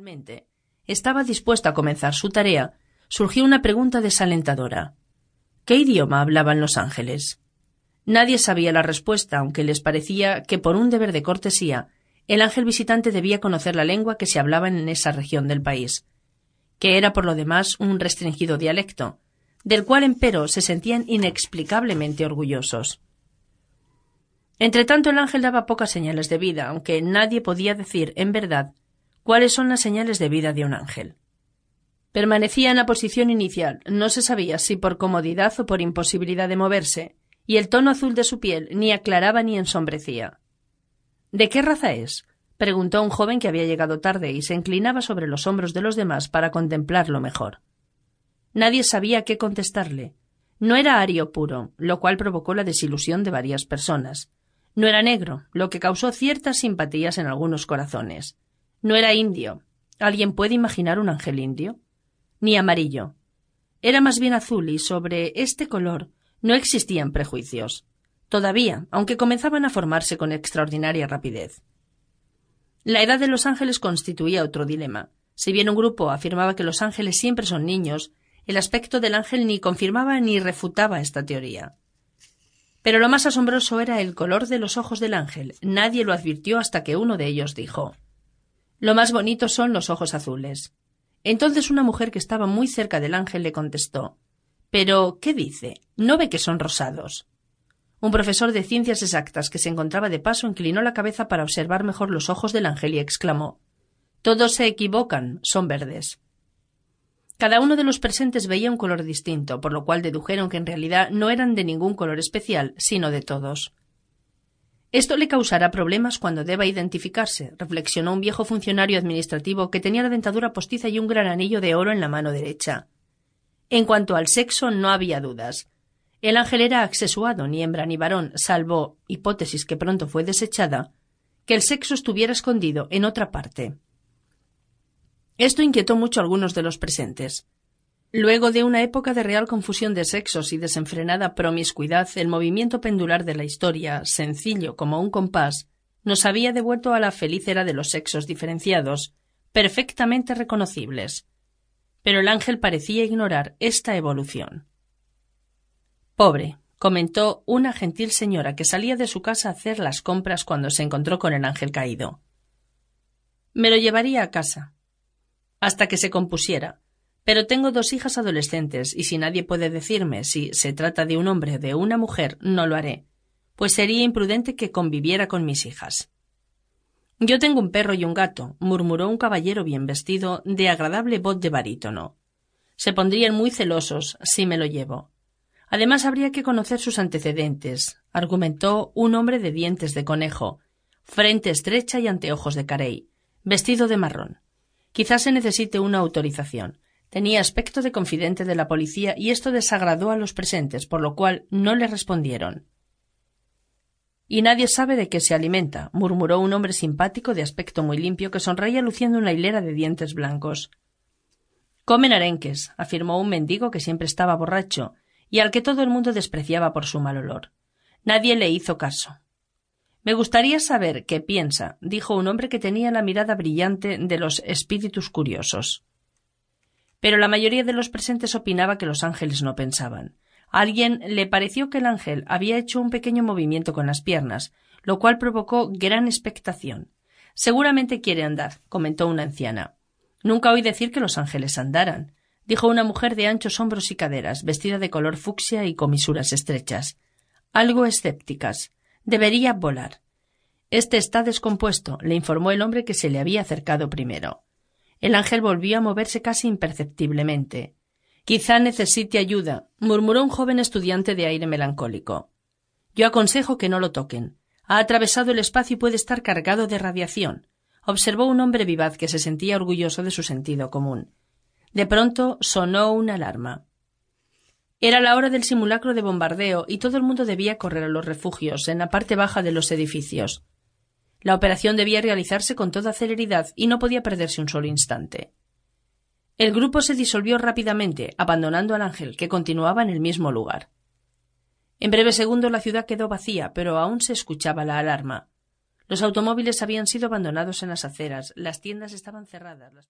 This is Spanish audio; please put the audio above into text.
Finalmente, estaba dispuesta a comenzar su tarea, surgió una pregunta desalentadora. ¿Qué idioma hablaban los ángeles? Nadie sabía la respuesta, aunque les parecía que por un deber de cortesía, el ángel visitante debía conocer la lengua que se hablaba en esa región del país, que era por lo demás un restringido dialecto, del cual empero se sentían inexplicablemente orgullosos. Entretanto, el ángel daba pocas señales de vida, aunque nadie podía decir, en verdad, cuáles son las señales de vida de un ángel. Permanecía en la posición inicial, no se sabía si por comodidad o por imposibilidad de moverse, y el tono azul de su piel ni aclaraba ni ensombrecía. ¿De qué raza es?, preguntó un joven que había llegado tarde y se inclinaba sobre los hombros de los demás para contemplarlo mejor. Nadie sabía qué contestarle. No era ario puro, lo cual provocó la desilusión de varias personas. No era negro, lo que causó ciertas simpatías en algunos corazones. No era indio. ¿Alguien puede imaginar un ángel indio? Ni amarillo. Era más bien azul y sobre este color no existían prejuicios. Todavía, aunque comenzaban a formarse con extraordinaria rapidez. La edad de los ángeles constituía otro dilema. Si bien un grupo afirmaba que los ángeles siempre son niños, el aspecto del ángel ni confirmaba ni refutaba esta teoría. Pero lo más asombroso era el color de los ojos del ángel. Nadie lo advirtió hasta que uno de ellos dijo: «Lo más bonito son los ojos azules». Entonces una mujer que estaba muy cerca del ángel le contestó: «¿Pero qué dice? ¿No ve que son rosados?». Un profesor de ciencias exactas que se encontraba de paso inclinó la cabeza para observar mejor los ojos del ángel y exclamó: «Todos se equivocan, son verdes». Cada uno de los presentes veía un color distinto, por lo cual dedujeron que en realidad no eran de ningún color especial, sino de todos. «Esto le causará problemas cuando deba identificarse», reflexionó un viejo funcionario administrativo que tenía la dentadura postiza y un gran anillo de oro en la mano derecha. En cuanto al sexo, no había dudas. El ángel era asexuado, ni hembra ni varón, salvo, hipótesis que pronto fue desechada, que el sexo estuviera escondido en otra parte. Esto inquietó mucho a algunos de los presentes. Luego de una época de real confusión de sexos y desenfrenada promiscuidad, el movimiento pendular de la historia, sencillo como un compás, nos había devuelto a la feliz era de los sexos diferenciados, perfectamente reconocibles. Pero el ángel parecía ignorar esta evolución. «Pobre», comentó una gentil señora que salía de su casa a hacer las compras cuando se encontró con el ángel caído. «Me lo llevaría a casa, hasta que se compusiera. Pero tengo 2 hijas adolescentes, y si nadie puede decirme si se trata de un hombre o de una mujer, no lo haré, pues sería imprudente que conviviera con mis hijas». «Yo tengo un perro y un gato», murmuró un caballero bien vestido, de agradable voz de barítono. «Se pondrían muy celosos si me lo llevo. Además habría que conocer sus antecedentes», argumentó un hombre de dientes de conejo, frente estrecha y anteojos de carey, vestido de marrón. «Quizás se necesite una autorización». Tenía aspecto de confidente de la policía y esto desagradó a los presentes, por lo cual no le respondieron. «Y nadie sabe de qué se alimenta», murmuró un hombre simpático de aspecto muy limpio que sonreía luciendo una hilera de dientes blancos. «Comen arenques», afirmó un mendigo que siempre estaba borracho y al que todo el mundo despreciaba por su mal olor. Nadie le hizo caso. «Me gustaría saber qué piensa», dijo un hombre que tenía la mirada brillante de los espíritus curiosos. Pero la mayoría de los presentes opinaba que los ángeles no pensaban. A alguien le pareció que el ángel había hecho un pequeño movimiento con las piernas, lo cual provocó gran expectación. «Seguramente quiere andar», comentó una anciana. «Nunca oí decir que los ángeles andaran», dijo una mujer de anchos hombros y caderas, vestida de color fucsia y comisuras estrechas. «Algo escépticas. Debería volar». «Este está descompuesto», le informó el hombre que se le había acercado primero. El ángel volvió a moverse casi imperceptiblemente. «Quizá necesite ayuda», murmuró un joven estudiante de aire melancólico. «Yo aconsejo que no lo toquen. Ha atravesado el espacio y puede estar cargado de radiación», observó un hombre vivaz que se sentía orgulloso de su sentido común. De pronto sonó una alarma. Era la hora del simulacro de bombardeo y todo el mundo debía correr a los refugios en la parte baja de los edificios. La operación debía realizarse con toda celeridad y no podía perderse un solo instante. El grupo se disolvió rápidamente, abandonando al ángel, que continuaba en el mismo lugar. En breves segundos la ciudad quedó vacía, pero aún se escuchaba la alarma. Los automóviles habían sido abandonados en las aceras, las tiendas estaban cerradas.